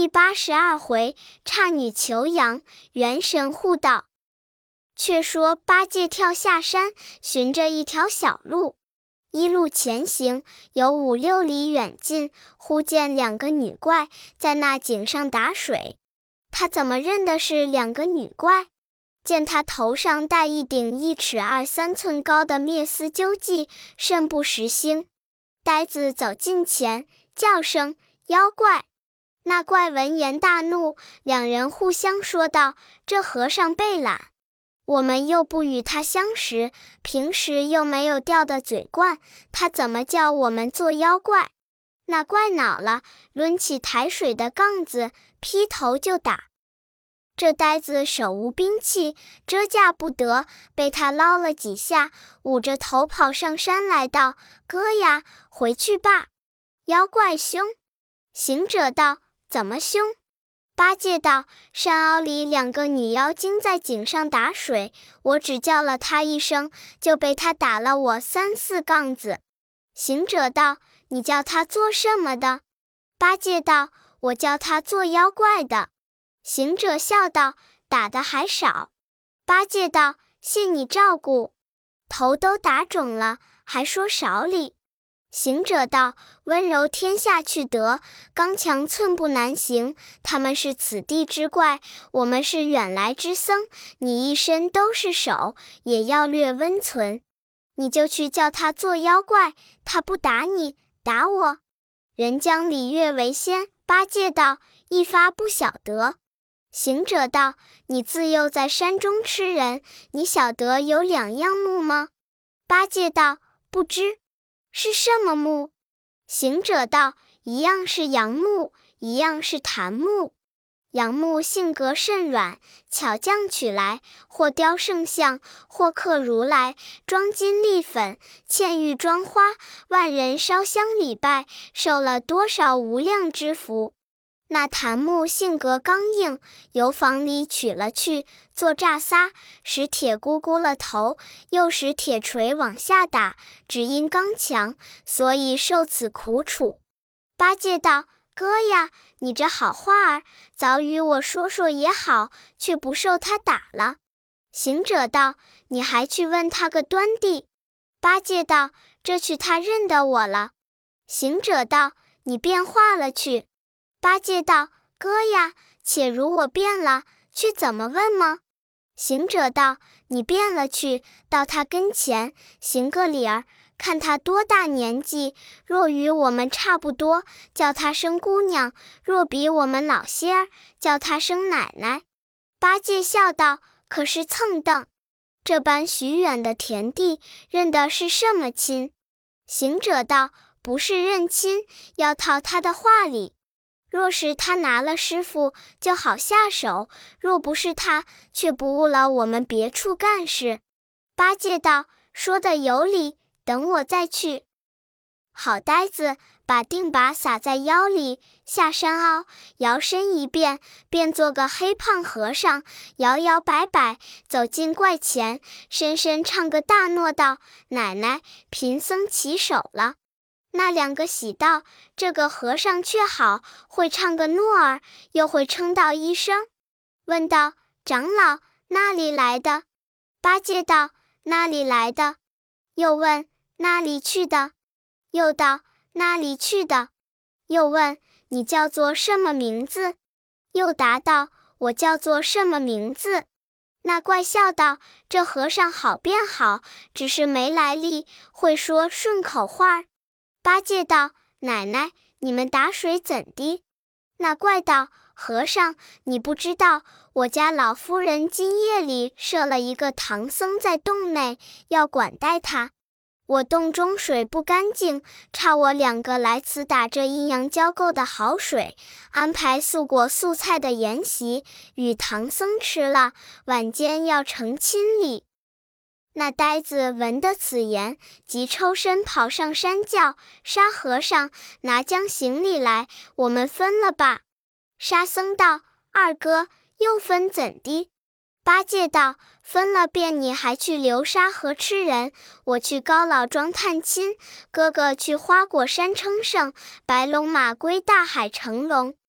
第82回，姹女求阳，元神护道。却说八戒跳下山，循着一条小路，一路前行，有5、6里远近，忽见2个女怪在那井上打水。他怎么认的是2个女怪？见他头上戴一顶1尺2、3寸高的篾丝揪髻，甚不识星。呆子走近前，叫声妖怪。那怪闻言大怒，两人互相说道：这和尚背懒，我们又不与他相识，平时又没有掉的嘴惯，他怎么叫我们做妖怪？那怪恼了，抡起抬水的杠子，劈头就打。这呆子手无兵器，遮架不得，被他捞了几下，捂着头跑上山来道：哥呀，回去吧，妖怪凶。行者道：怎么凶？八戒道：山坳里2个女妖精在井上打水，我只叫了他一声，就被他打了我3、4杠子。行者道：你叫他做什么的？八戒道：我叫他做妖怪的。行者笑道：打得还少。八戒道：谢你照顾，头都打肿了，还说少理。行者道：温柔天下去得，刚强寸步难行。他们是此地之怪，我们是远来之僧，你一身都是手，也要略温存。你就去叫他做妖怪，他不打你，打我。人将礼乐为先。八戒道：一发不晓得。行者道：你自幼在山中吃人，你晓得有2样木吗？八戒道：不知。是什么木？行者道：一样是杨木，一样是檀木。杨木性格甚软，巧匠取来，或雕圣像，或刻如来，装金立粉，嵌玉装花，万人烧香礼拜，受了多少无量之福。那檀木性格刚硬，由房里取了去，做炸撒，使铁箍箍了头，又使铁锤往下打，只因刚强，所以受此苦楚。八戒道：哥呀，你这好话儿，早与我说说也好，却不受他打了。行者道：你还去问他个端地。八戒道：这去他认得我了。行者道：你变化了去。八戒道：哥呀，且如我变了，去怎么问吗？行者道：你变了去，到他跟前，行个礼儿，看他多大年纪，若与我们差不多，叫他生姑娘；若比我们老些儿，叫他生奶奶。八戒笑道：可是蹭蹬，这般许远的田地，认的是什么亲？行者道：不是认亲，要套他的话里。若是他拿了师傅，就好下手；若不是他，却不误了我们别处干事。八戒道：说的有理，等我再去。好呆子，把定把撒在腰里，下山坳，摇身一变，变做个黑胖和尚，摇摇摆摆走进怪前，深深唱个大诺道：奶奶，贫僧起手了。那2个喜道：这个和尚却好，会唱个诺儿，又会称道一声。问道：长老，那里来的？八戒道：那里来的？又问：那里去的？又道：那里去的？又问：你叫做什么名字？又答道：我叫做什么名字？那怪笑道：这和尚好便好，只是没来历，会说顺口话。八戒道：奶奶，你们打水怎的？那怪道：和尚，你不知道，我家老夫人今夜里设了一个唐僧在洞内，要管待他。我洞中水不干净，差我2个来此打这阴阳交媾的好水，安排素果素菜的筵席，与唐僧吃了，晚间要成亲礼。那呆子闻得此言，即抽身跑上山叫：沙和尚，拿将行李来，我们分了吧。沙僧道：二哥，又分怎的？八戒道：分了便你还去流沙河吃人，我去高老庄探亲，哥哥去花果山称圣，白龙马归大海成龙。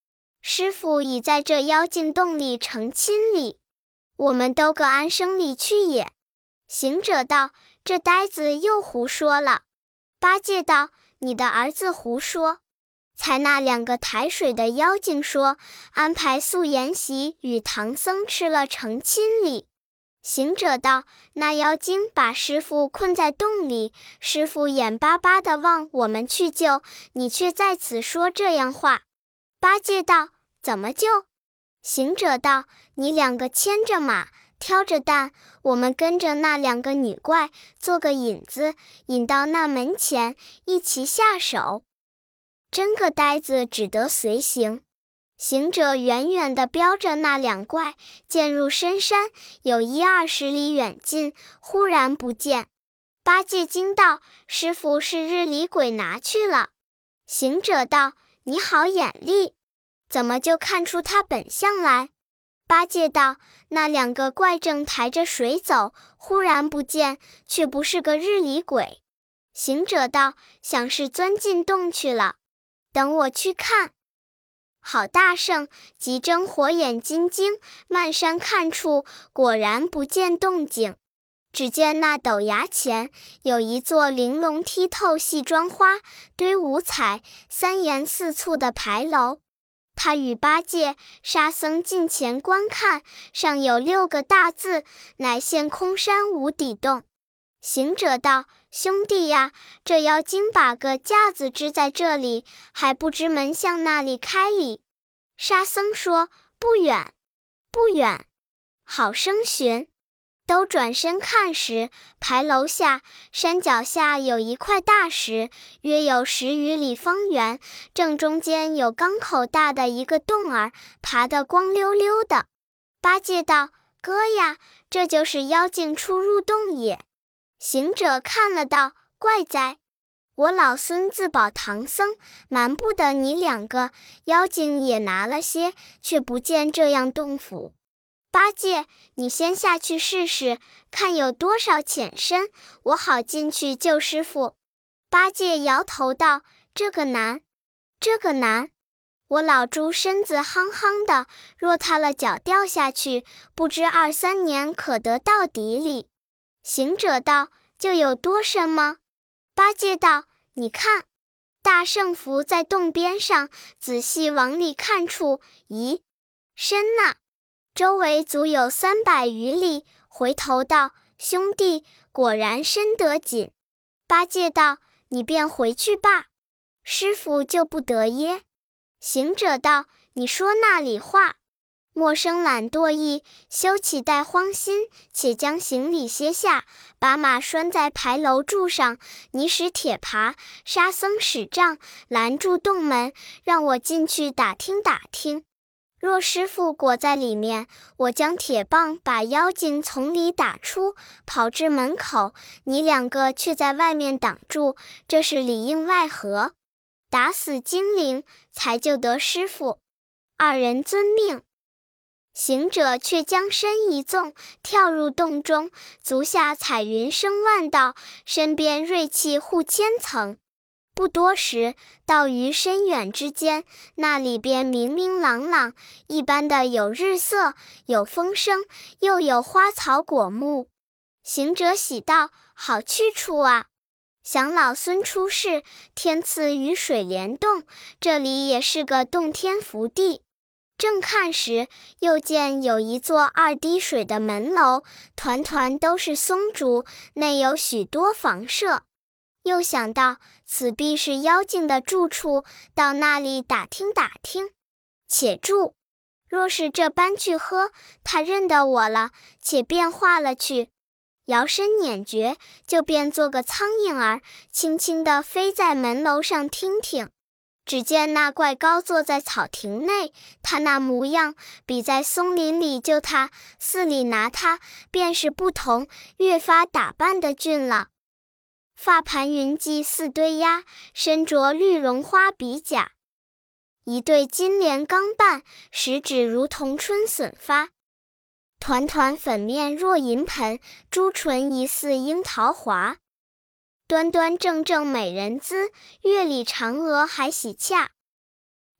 师傅已在这妖精洞里成亲礼，我们都个安生里去也。行者道：这呆子又胡说了。八戒道：你的儿子胡说。才那2个抬水的妖精说，安排素筵席与唐僧吃了成亲礼。行者道：那妖精把师傅困在洞里，师傅眼巴巴地望我们去救，你却在此说这样话。八戒道：怎么救？行者道：你2个牵着马，挑着担，我们跟着那2个女怪，做个引子，引到那门前，一齐下手。真个呆子只得随行。行者远远地标着那2怪，渐入深山，有10-20里远近，忽然不见。八戒惊道：师傅是日里鬼拿去了。行者道：你好眼力，怎么就看出他本相来？八戒道：那2个怪正抬着水走，忽然不见，却不是个日里鬼。行者道：想是钻进洞去了，等我去看。好大圣，急睁火眼金睛，漫山看处，果然不见动静。只见那陡崖前有一座玲珑剔透戏妆花堆五彩3颜4簇的牌楼。他与八戒、沙僧近前观看，上有6个大字，乃现空山无底洞。行者道：兄弟呀，这妖精把个架子支在这里，还不知门向那里开哩。沙僧说：不远，不远，好生寻。都转身看时，牌楼下山脚下有一块大石，约有10余里方圆，正中间有缸口大的一个洞儿，爬得光溜溜的。八戒道：哥呀，这就是妖精出入洞也。行者看了道：怪哉，我老孙自保唐僧，瞒不得你2个，妖精也拿了些，却不见这样洞府。八戒，你先下去试试，看有多少浅深，我好进去救师傅。八戒摇头道：这个难，这个难。我老猪身子夯夯的，若踏了脚掉下去，不知2-3年可得到底里。行者道：就有多深吗？八戒道：你看，大圣伏在洞边上，仔细往里看处，咦，深呐，周围足有300余里。回头道：兄弟，果然深得紧。八戒道：你便回去罢，师傅救不得耶。行者道：你说那里话？莫生懒惰意，休起怠荒心，且将行李卸下，把马拴在牌楼柱上，你使铁耙，沙僧使杖，拦住洞门，让我进去打听打听。若师傅裹在里面，我将铁棒把妖精从里打出，跑至门口，你2个却在外面挡住，这是里应外合，打死精灵，才救得师傅。2人遵命。行者却将身一纵，跳入洞中，足下彩云生万道，身边瑞气护千层。不多时，到于深远之间，那里边明明朗朗，一般的有日色，有风声，又有花草果木。行者喜道：好去处啊！想老孙出世，天赐雨水帘洞，这里也是个洞天福地。正看时，又见有一座2滴水的门楼，团团都是松竹，内有许多房舍。又想到此必是妖精的住处，到那里打听打听。且住，若是这般去喝，他认得我了，且变化了去。摇身捻诀，就变做个苍蝇儿，轻轻地飞在门楼上听听。只见那怪高坐在草亭内，他那模样比在松林里救他，寺里拿他，便是不同，越发打扮得俊了。发盘云髻似堆鸦，身着绿绒花比甲，一对金莲钢瓣，食指如同春笋发。团团粉面若银盆，朱唇疑似樱桃华。端端正正美人姿，月里嫦娥还喜洽。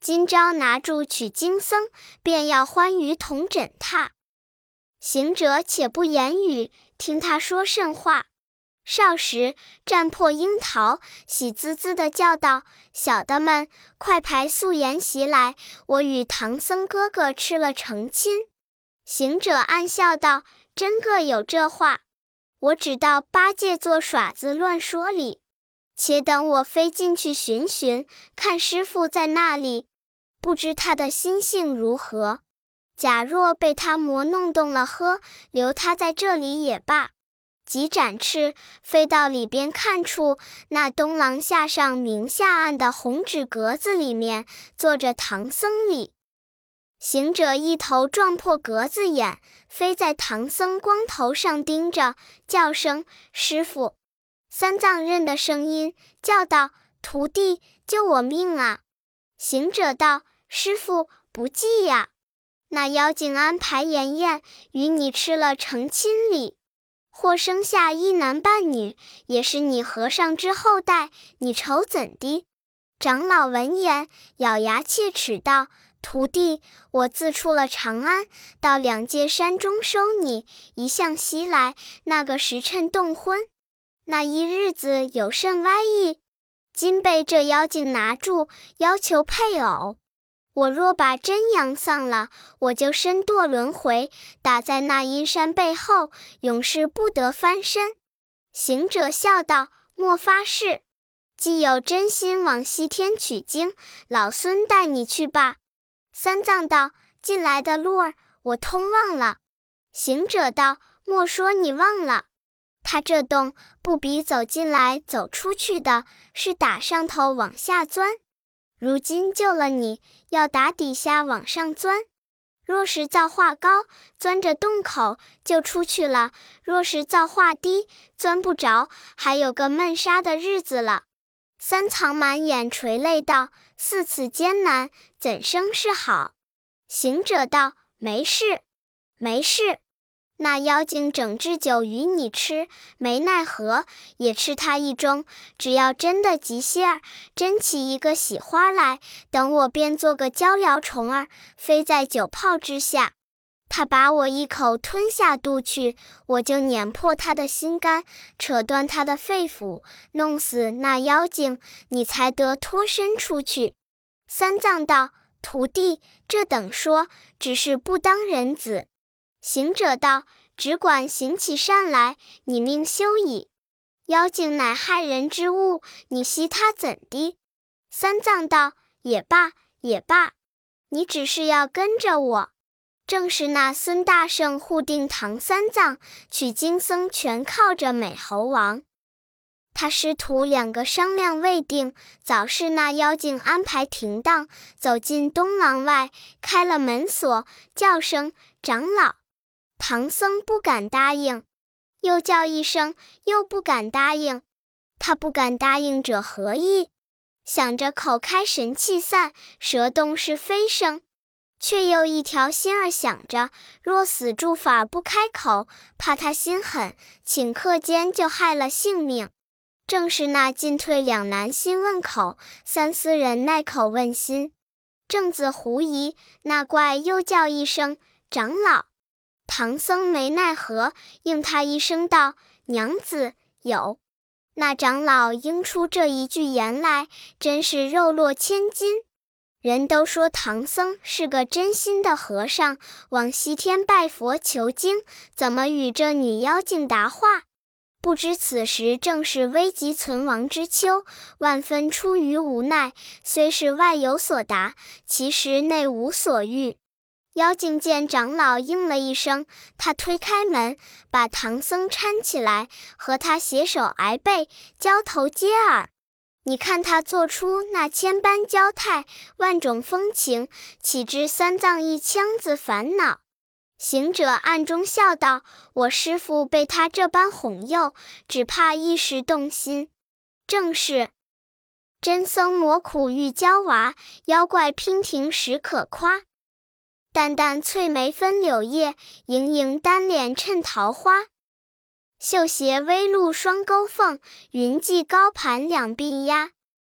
今朝拿住取经僧，便要欢愉同枕榻。行者且不言语，听他说甚话。少时，战破樱桃，喜滋滋地叫道：“小的们，快排素筵席来，我与唐僧哥哥吃了成亲。”行者暗笑道：“真个有这话，我只道八戒做耍子乱说理。且等我飞进去寻寻，看师傅在那里，不知他的心性如何。假若被他魔弄动了呵，留他在这里也罢。”即展翅飞到里边看处，那东廊下上明下暗的红纸格子里面坐着唐僧哩。行者一头撞破格子眼，飞在唐僧光头上盯着，叫声师傅。三藏认得声音，叫道：“徒弟，救我命啊！”行者道：“师傅不济呀，那妖精安排筵宴，与你吃了成亲礼。或生下一男半女，也是你和尚之后代，你瞅怎的？”长老闻言，咬牙切齿道：“徒弟，我自出了长安，到两界山中收你，一向西来，那个时辰动婚，那一日子有甚歪意？今被这妖精拿住，要求配偶。我若把真阳丧了，我就身堕轮回，打在那阴山背后，永世不得翻身。”行者笑道：“莫发誓，既有真心往西天取经，老孙带你去吧。”三藏道：“进来的路儿，我通忘了。”行者道：“莫说你忘了，他这洞不比走进来走出去的，是打上头往下钻。如今救了你，要打底下往上钻。若是造化高，钻着洞口就出去了；若是造化低，钻不着，还有个闷杀的日子了。”三藏满眼垂泪道：“似此艰难，怎生是好？”行者道：“没事，没事。那妖精整治酒与你吃，没奈何，也吃他一盅。只要真的急些儿，真起一个喜花来，等我便做个鹪鹩虫儿，飞在酒泡之下。他把我一口吞下肚去，我就碾破他的心肝，扯断他的肺腑，弄死那妖精，你才得脱身出去。”三藏道：“徒弟，这等说，只是不当人子。”行者道：“只管行起善来，你命休矣。妖精乃害人之物，你惜他怎的？”三藏道：“也罢，也罢，你只是要跟着我。正是那孙大圣护定唐三藏，取经僧全靠着美猴王。他师徒两个商量未定，早是那妖精安排停当，走进东廊外，开了门锁，叫声长老。唐僧不敢答应，又叫一声，又不敢答应。他不敢答应者何意？想着口开神气散，舌动是飞声，却又一条心儿想着，若死住法不开口，怕他心狠，顷刻间就害了性命。正是那进退两难心问口，三思人耐口问心。正自狐疑，那怪又叫一声长老。唐僧没奈何，应他一声道：“娘子有。”那长老应出这一句言来，真是肉落千斤。人都说唐僧是个真心的和尚，往西天拜佛求经，怎么与这女妖精答话？不知此时正是危急存亡之秋，万分出于无奈，虽是外有所答，其实内无所欲。妖精见长老应了一声，他推开门，把唐僧搀起来，和他携手挨背，交头接耳。你看他做出那千般娇态，万种风情，岂知三藏一腔子烦恼？行者暗中笑道：“我师父被他这般哄诱，只怕一时动心。正是真僧磨苦遇娇娃，妖怪娉婷实可夸。淡淡翠眉分柳叶，盈盈丹脸衬桃花。绣鞋微露双钩凤，云髻高盘两鬓鸦。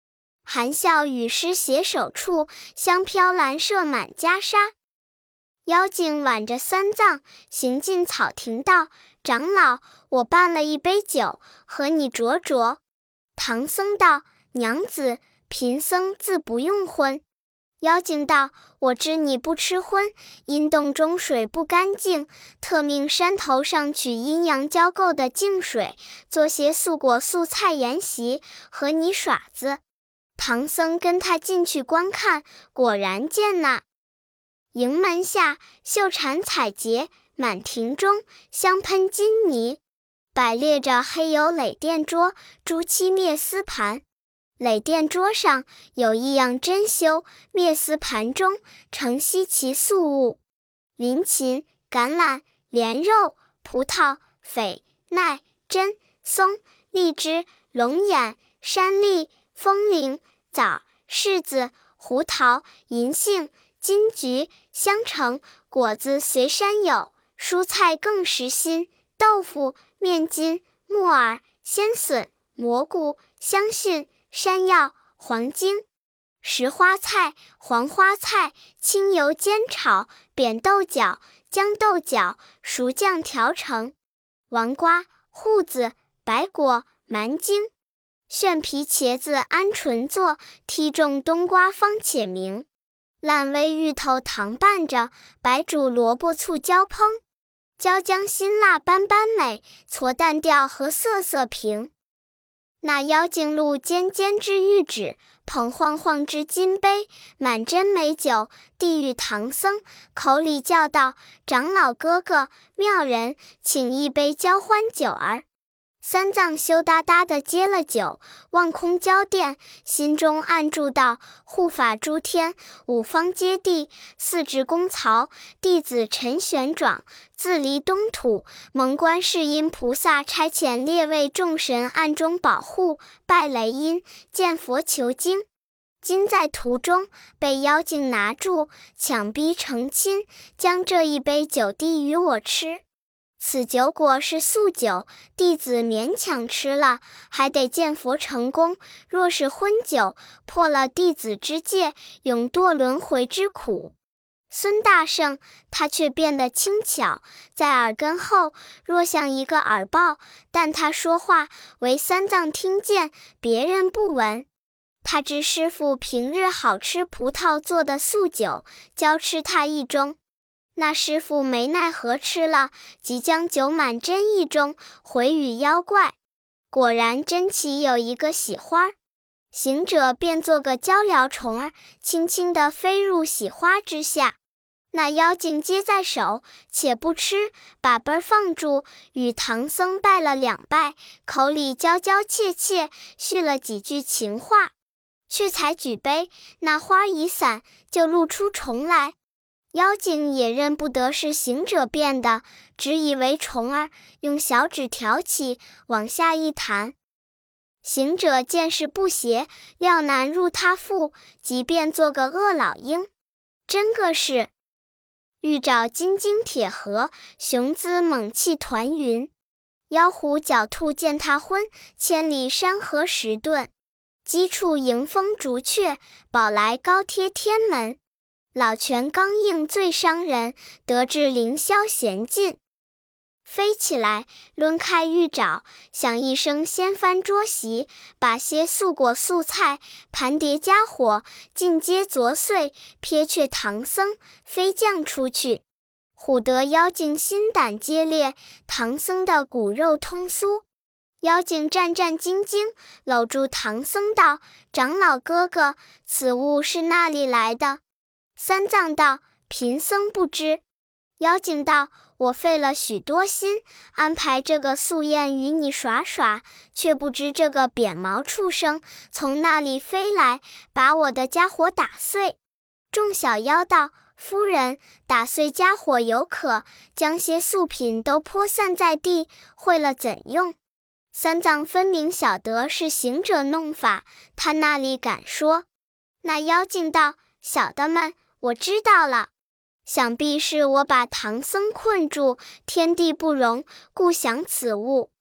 含笑与诗携手处，香飘兰麝满袈裟。妖精挽着三藏，行进草亭道：长老，我办了一杯酒，和你酌酌。唐僧道：娘子，贫僧自不用荤。妖精道：我知你不吃荤，因洞中水不干净，特命山头上取阴阳交媾的净水，做些素果素菜筵席，和你耍子。唐僧跟他进去观看，果然见那营门下绣蝉彩结，满庭中香喷金泥，摆列着黑油垒垫桌，朱漆篾丝盘。垒垫桌上有异样珍馐，篾丝盘中盛稀奇素物，林芹、橄榄、莲肉、葡萄、榧、奈、榛、松、荔枝、龙眼、山栗、风铃、枣、柿子、胡桃、银杏、金桔、香橙，果子随山有，蔬菜更实新，豆腐、面筋、木耳、鲜笋、蘑菇、香蕈、山药、黄精、石花菜、黄花菜，清油煎炒，扁豆角、豇豆角，熟酱调成。黄瓜、瓠子、白果、蛮荆、炫皮茄子鹌鹑做，剔种冬瓜方且明。烂煨芋头糖拌着，白煮萝卜醋浇烹。椒姜辛辣般般美，矬淡调和色色平。那妖精露尖尖之玉指，捧晃晃之金杯，满斟美酒，递与唐僧，口里叫道：长老哥哥，妙人，请一杯交欢酒儿。三藏羞答答地接了酒，望空交奠，心中暗祝道：护法诸天，五方揭谛，四指公曹，弟子陈玄奘，自离东土，蒙观世音菩萨差遣列位众神暗中保护，拜雷音，见佛求经。今在途中被妖精拿住，强逼成亲，将这一杯酒递与我吃。此酒果是素酒，弟子勉强吃了，还得见佛成功。若是荤酒，破了弟子之戒，永堕轮回之苦。孙大圣他却变得轻巧，在耳根后若像一个耳报，但他说话唯三藏听见，别人不闻。他知师父平日好吃葡萄做的素酒，教吃他一盅。那师父没奈何吃了，即将酒满斟一盅，回与妖怪。果然真奇有一个喜花，行者便做个鹪鹩虫儿，轻轻地飞入喜花之下。那妖精接在手，且不吃，把杯放住，与唐僧拜了两拜，口里娇娇怯怯，叙了几句情话。却才举杯，那花一散，就露出虫来。妖精也认不得是行者变的，只以为虫儿，用小指挑起，往下一弹。行者见势不协，料难入他腹，即便做个恶老鹰。真个是玉爪金睛铁盒，雄姿猛气团云。妖狐狡兔见他昏，千里山河石遁。鸡处迎风逐雀，宝来高贴天门。老拳刚硬最伤人，得志凌霄闲尽。飞起来，抡开玉爪，响一声掀翻桌席，把些素果素菜、盘碟家伙尽皆啄碎，撇却唐僧，飞将出去。唬得妖精心胆皆裂，唐僧的骨肉通酥。妖精战战兢兢，搂住唐僧道：长老哥哥，此物是那里来的？三藏道：贫僧不知。妖精道：我费了许多心，安排这个素宴与你耍耍，却不知这个扁毛畜生从那里飞来，把我的家伙打碎。众小妖道：夫人，打碎家伙有可，将些素品都泼散在地，会了怎用？三藏分明晓得是行者弄法，他那里敢说。那妖精道：小的们，我知道了，想必是我把唐僧困住，天地不容，故想此物。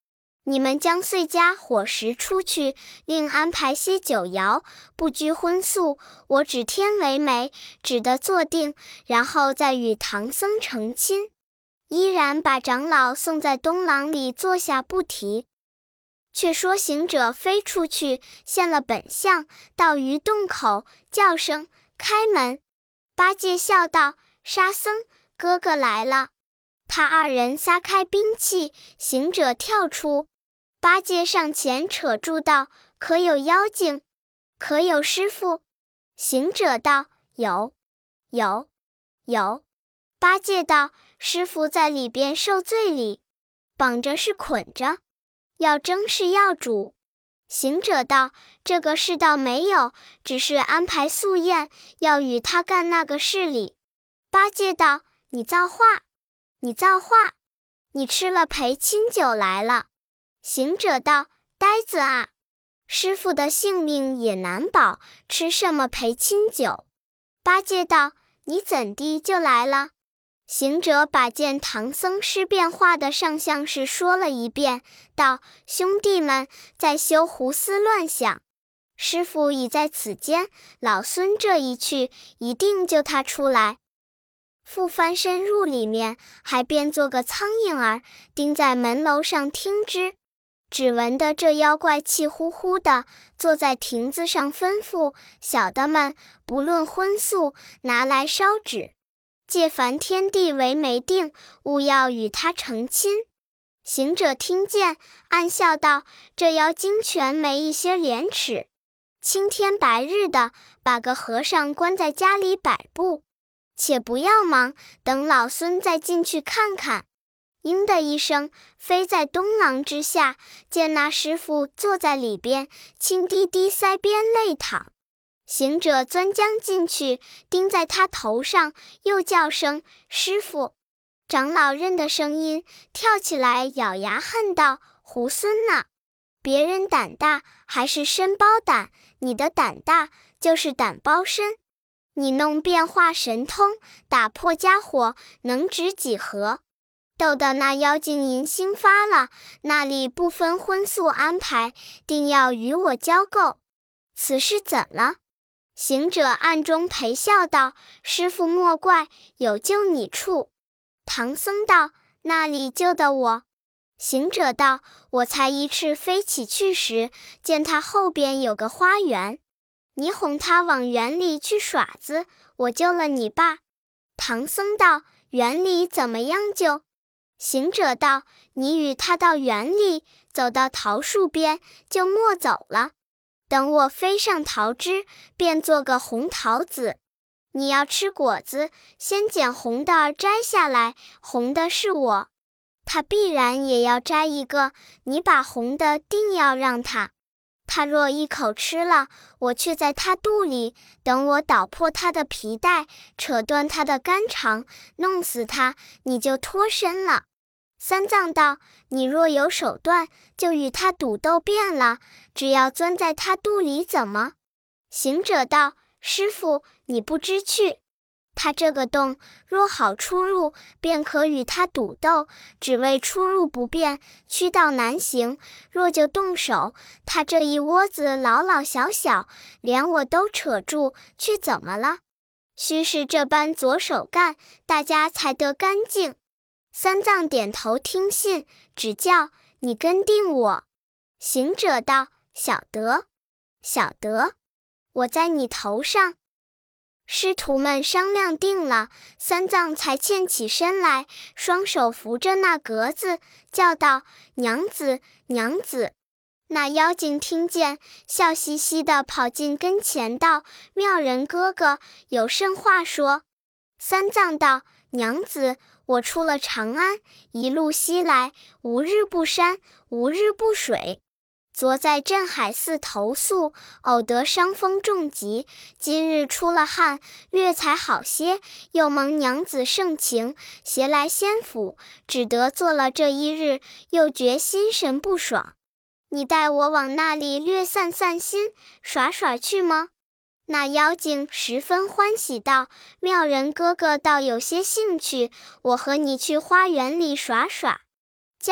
你们将碎家伙食出去，另安排些酒肴，不拘荤素。我指天为媒，只得坐定，然后再与唐僧成亲。依然把长老送在东廊里坐下不提。却说行者飞出去，现了本相，到鱼洞口，叫声开门。八戒笑道：沙僧，哥哥来了。他二人撒开兵器，行者跳出。八戒上前扯住道：可有妖精？可有师傅？行者道：有。八戒道：师傅在里边受罪里，绑着是捆着，要蒸是要煮？行者道：这个事倒没有，只是安排宿宴，要与他干那个事里。八戒道：你造化，你吃了陪亲酒来了。行者道：呆子啊，师傅的性命也难保，吃什么陪亲酒？八戒道：你怎地就来了？行者把见唐僧师变化的上相事说了一遍，道：兄弟们在休胡思乱想，师傅已在此间，老孙这一去，一定救他出来。复翻身入里面，还变做个苍蝇儿，钉在门楼上听之。只闻得这妖怪气呼呼的坐在亭子上，吩咐小的们不论荤素，拿来烧纸，借凡天地为媒定，务要与他成亲。行者听见，暗笑道：这妖精全没一些廉耻，青天白日的把个和尚关在家里摆布。且不要忙，等老孙再进去看看。嘤的一声，飞在东廊之下，见那师傅坐在里边，轻低低腮边泪淌。行者钻将进去，钉在他头上，又叫声师傅。长老认得声音，跳起来咬牙恨道：猢狲呐，别人胆大还是身包胆，你的胆大就是胆包身。你弄变化神通，打破家伙，能值几何？逗得那妖精淫心发了，那里不分荤素安排，定要与我交媾。此事怎了？行者暗中陪笑道：师傅莫怪，有救你处。唐僧道：那里救得我？行者道：我才一翅飞起去时，见他后边有个花园，你哄他往园里去耍子，我救了你罢。唐僧道：园里怎么样救？行者道：你与他到园里，走到桃树边，就莫走了。等我飞上桃枝，便做个红桃子。你要吃果子，先捡红的儿摘下来，红的是我。他必然也要摘一个，你把红的定要让他。他若一口吃了，我却在他肚里，等我捣破他的皮带，扯断他的肝肠，弄死他，你就脱身了。三藏道：你若有手段，就与他赌斗变了，只要钻在他肚里怎么？行者道：师傅，你不知趣。他这个洞若好出入，便可与他赌斗，只为出入不便，驱道难行。若就动手，他这一窝子老老小小，连我都扯住，却怎么了？须是这般左手干，大家才得干净。三藏点头听信，只叫你跟定我。行者道：晓得，我在你头上。师徒们商量定了，三藏才欠起身来，双手扶着那格子，叫道：娘子，娘子。那妖精听见，笑嘻嘻地跑进跟前道：妙人哥哥，有甚话说？三藏道：娘子，我出了长安，一路西来，无日不山，无日不水。昨在镇海寺投宿，偶得伤风重疾，今日出了汗，略才好些，又蒙娘子盛情，携来仙府，只得坐了这一日，又觉心神不爽。你带我往那里略散散心，耍耍去吗？那妖精十分欢喜道：妙人哥哥倒有些兴趣，我和你去花园里耍耍。叫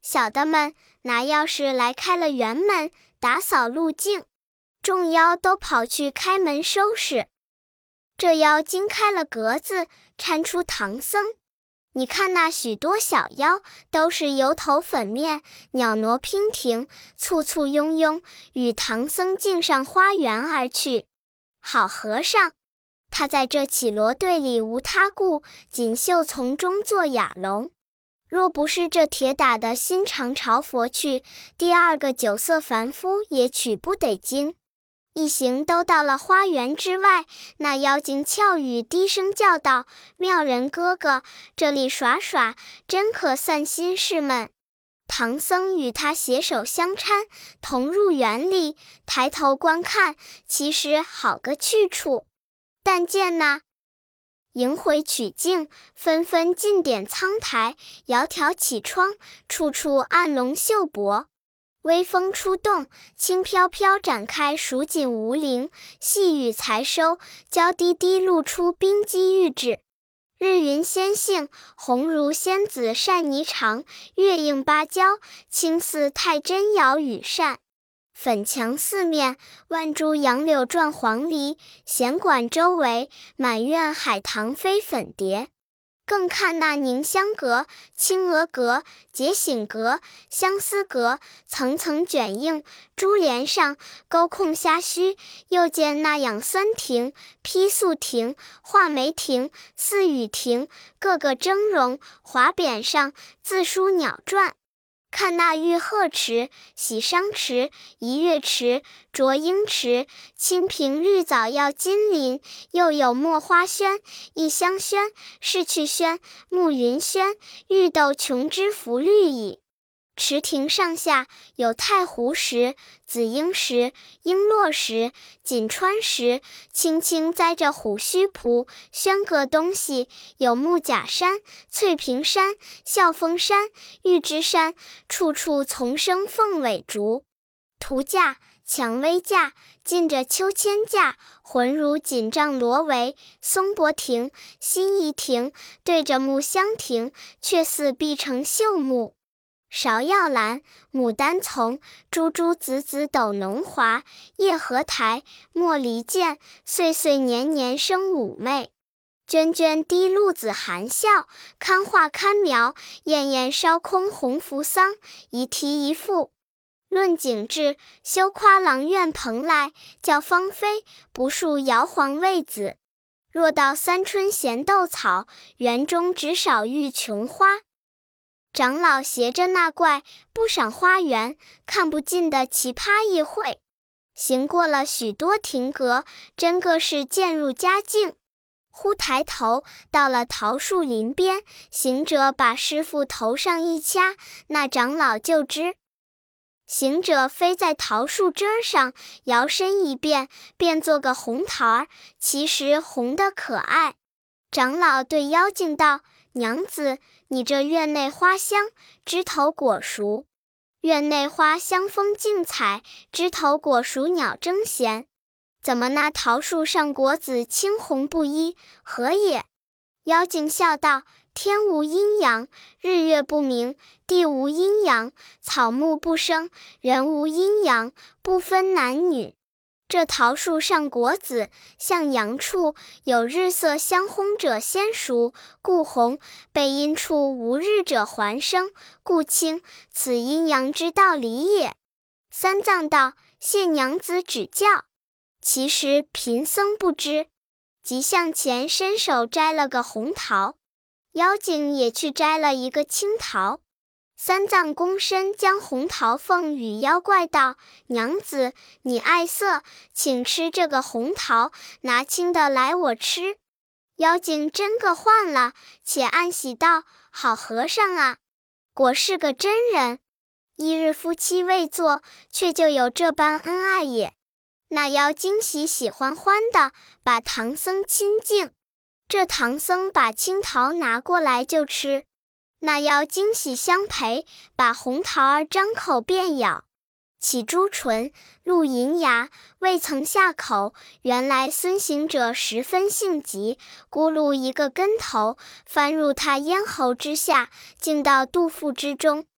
小的们拿钥匙来开了园门，打扫路径，众妖都跑去开门收拾。这妖精开了格子，搀出唐僧。你看那许多小妖，都是油头粉面，袅娜娉婷，簇簇拥拥，与唐僧径上花园而去。好和尚，他在这绮罗队里无他故，锦绣丛中做哑龙。若不是这铁打的心肠朝佛去，第二个酒色凡夫也取不得经。一行都到了花园之外，那妖精俏语低声叫道：“妙人哥哥，这里耍耍，真可散心事闷。”唐僧与他携手相搀，同入园里，抬头观看，其实好个去处。但见那迎回曲径，纷纷进点苍苔，窈窕起窗，处处暗龙秀帛。微风出动，轻飘飘展开蜀锦无绫，细雨才收，娇滴滴露出冰肌玉指。日云仙性，红如仙子扇霓裳，月映芭蕉，青似太真摇羽扇。粉墙四面，万株杨柳转黄鹂，闲馆周围，满院海棠飞粉蝶。更看那凝香阁、青娥阁、结醒阁、相思阁，层层卷映，珠帘上钩控虾须。又见那养酸亭、批素亭、画眉亭、似雨亭，个个峥嵘，华匾上自书鸟传。看那玉鹤池、喜商池、怡月池、卓英池，清平绿藻耀金鳞，又有墨花轩、异香轩、士趣轩、暮云轩，玉斗琼脂浮绿矣。池亭上下有太湖石、紫英石、璎珞石、锦川石，青青栽着虎须蒲。轩阁东西有木甲山、翠屏山、笑峰山、玉芝山，处处丛生凤尾竹。图架、蔷薇架，浸着秋千架，浑如锦帐罗帷。松柏亭、辛夷亭，对着木香亭，却似碧城绣幕。芍药兰、牡丹丛，株株子子斗浓华。叶荷台、茉莉剑，岁岁年年生妩媚。涓涓滴露子含笑，堪画堪描，艳艳烧空红扶桑。一题一赋，论景致，休夸阆苑蓬莱，教芳菲，不述瑶皇魏子。若道三春闲斗草，园中只少玉琼花。长老携着那怪，不赏花园，看不尽的奇葩异会。行过了许多亭阁，真个是渐入佳境。忽抬头，到了桃树林边，行者把师傅头上一掐，那长老就知。行者飞在桃树枝上，摇身一变，变做个红桃儿，其实红得可爱。长老对妖精道：“娘子，你这院内花香，枝头果熟。院内花香风竞采，枝头果熟鸟争衔。怎么那桃树上果子青红不一，何也？”妖精笑道：“天无阴阳，日月不明，地无阴阳，草木不生，人无阴阳，不分男女。这桃树上果子像阳处，有日色相烘者先熟，故红；背阴处无日者还生，故青。此阴阳之道理也。”三藏道：“谢娘子指教。”其实贫僧不知，即向前伸手摘了个红桃，妖精也去摘了一个青桃。三藏躬身将红桃奉与妖怪道：“娘子，你爱色，请吃这个红桃，拿青的来我吃。”妖精真个换了，且暗喜道：“好和尚啊，果是个真人。一日夫妻未做，却就有这般恩爱也。”那妖精喜欢欢的，把唐僧亲近。这唐僧把青桃拿过来就吃。那妖惊喜相陪，把红桃儿张口便咬，起朱唇，露银牙，未曾下口。原来孙行者十分性急，咕噜一个跟头，翻入他咽喉之下，进到肚腹之中。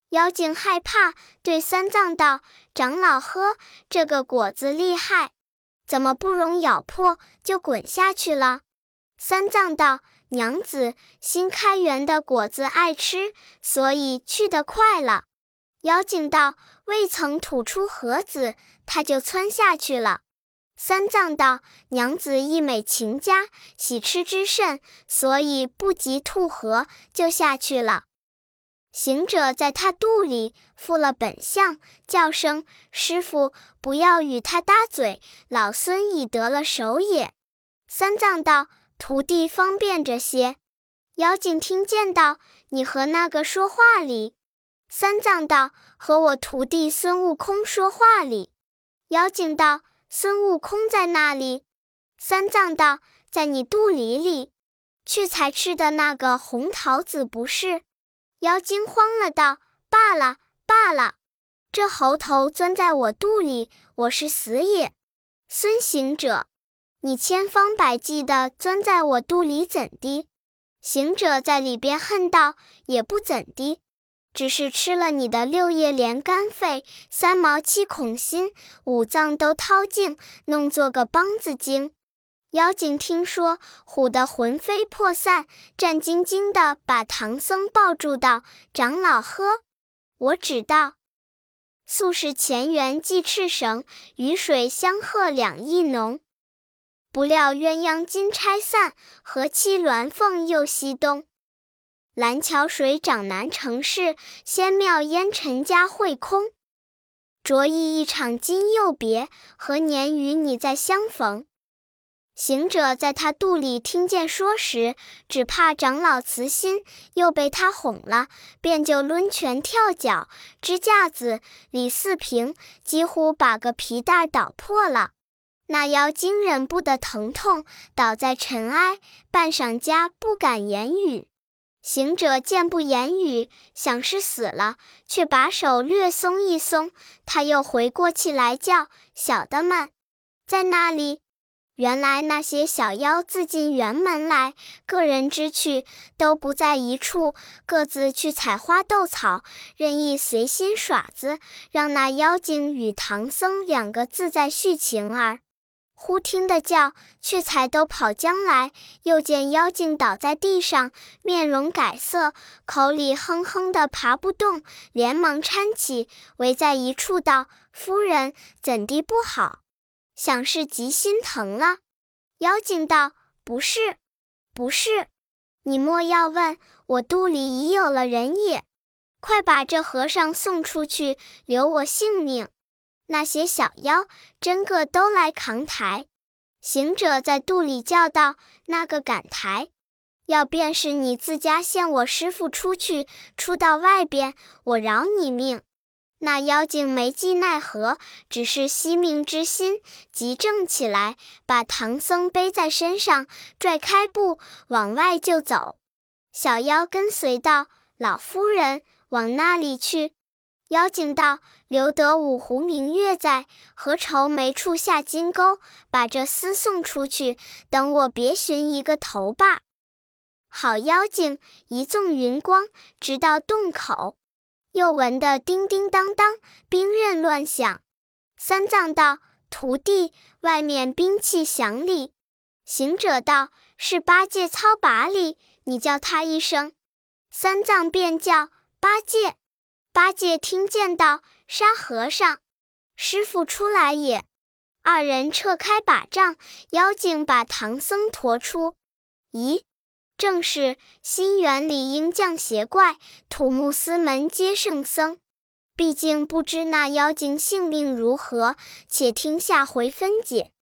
妖精害怕，对三藏道：“长老呵，这个果子厉害，怎么不容咬破就滚下去了？”三藏道：“娘子，新开园的果子爱吃，所以去得快了。”妖精道：“未曾吐出盒子，它就窜下去了。”三藏道：“娘子一美情家，喜吃之甚，所以不及吐盒就下去了。”行者在他肚里复了本相，叫声：“师父，不要与他搭嘴，老孙已得了手也。”三藏道：“徒弟方便着些。”妖精听见道：“你和那个说话哩？”三藏道：“和我徒弟孙悟空说话哩。”妖精道：“孙悟空在那里？”三藏道：“在你肚里。去才吃的那个红桃子不是？”妖精慌了道：“罢了，这猴头钻在我肚里，我是死也。孙行者，你千方百计地钻在我肚里怎的？”行者在里边恨道：“也不怎的，只是吃了你的6叶连肝肺、3毛7孔心，5脏都掏净，弄作个梆子精。”妖精听说，唬得魂飞魄散，战兢兢地把唐僧抱住道：“长老呵，我知道，素是前缘系赤绳，雨水相和两意浓。不料鸳鸯金钗散，和气鸾凤又西东。蓝桥水涨南城市，仙庙烟尘家会空。着意一场今又别，何年与你再相逢？”行者在他肚里听见说时，只怕长老慈心，又被他哄了，便就抡拳跳脚，支架子、李四平，几乎把个皮带捣破了。那妖精忍不得疼痛，倒在尘埃，半晌家不敢言语。行者见不言语，想是死了，却把手略松一松，他又回过气来叫：“小的们，在那里？”原来那些小妖自进园门来，个人之去，都不在一处，各自去采花斗草，任意随心耍子，让那妖精与唐僧2个自在续情儿。忽听得叫，却才都跑将来，又见妖精倒在地上，面容改色，口里哼哼的爬不动，连忙搀起，围在一处道：“夫人，怎地不好？想是极心疼了。”妖精道：“不是，你莫要问，我肚里已有了人也。快把这和尚送出去，留我性命。那些小妖真个都来扛抬。”行者在肚里叫道：“那个敢抬？要便是你自家献我师父出去，出到外边，我饶你命。”那妖精没计奈何，只是惜命之心，急正起来，把唐僧背在身上，拽开步往外就走。小妖跟随道：“老夫人，往那里去？”妖精道：“留得五湖明月在，何愁没处下金钩？把这厮送出去，等我别寻一个头罢。”好妖精一纵云光，直到洞口。又闻得叮叮当当，兵刃乱响。三藏道：“徒弟，外面兵器响哩。”行者道：“是八戒操把哩，你叫他一声。”三藏便叫：“八戒！”八戒听见道：“沙和尚，师父出来也。”二人撤开把帐，妖精把唐僧驮出。咦，正是心园里应降邪怪，土木司门接圣僧。毕竟不知那妖精性命如何，且听下回分解。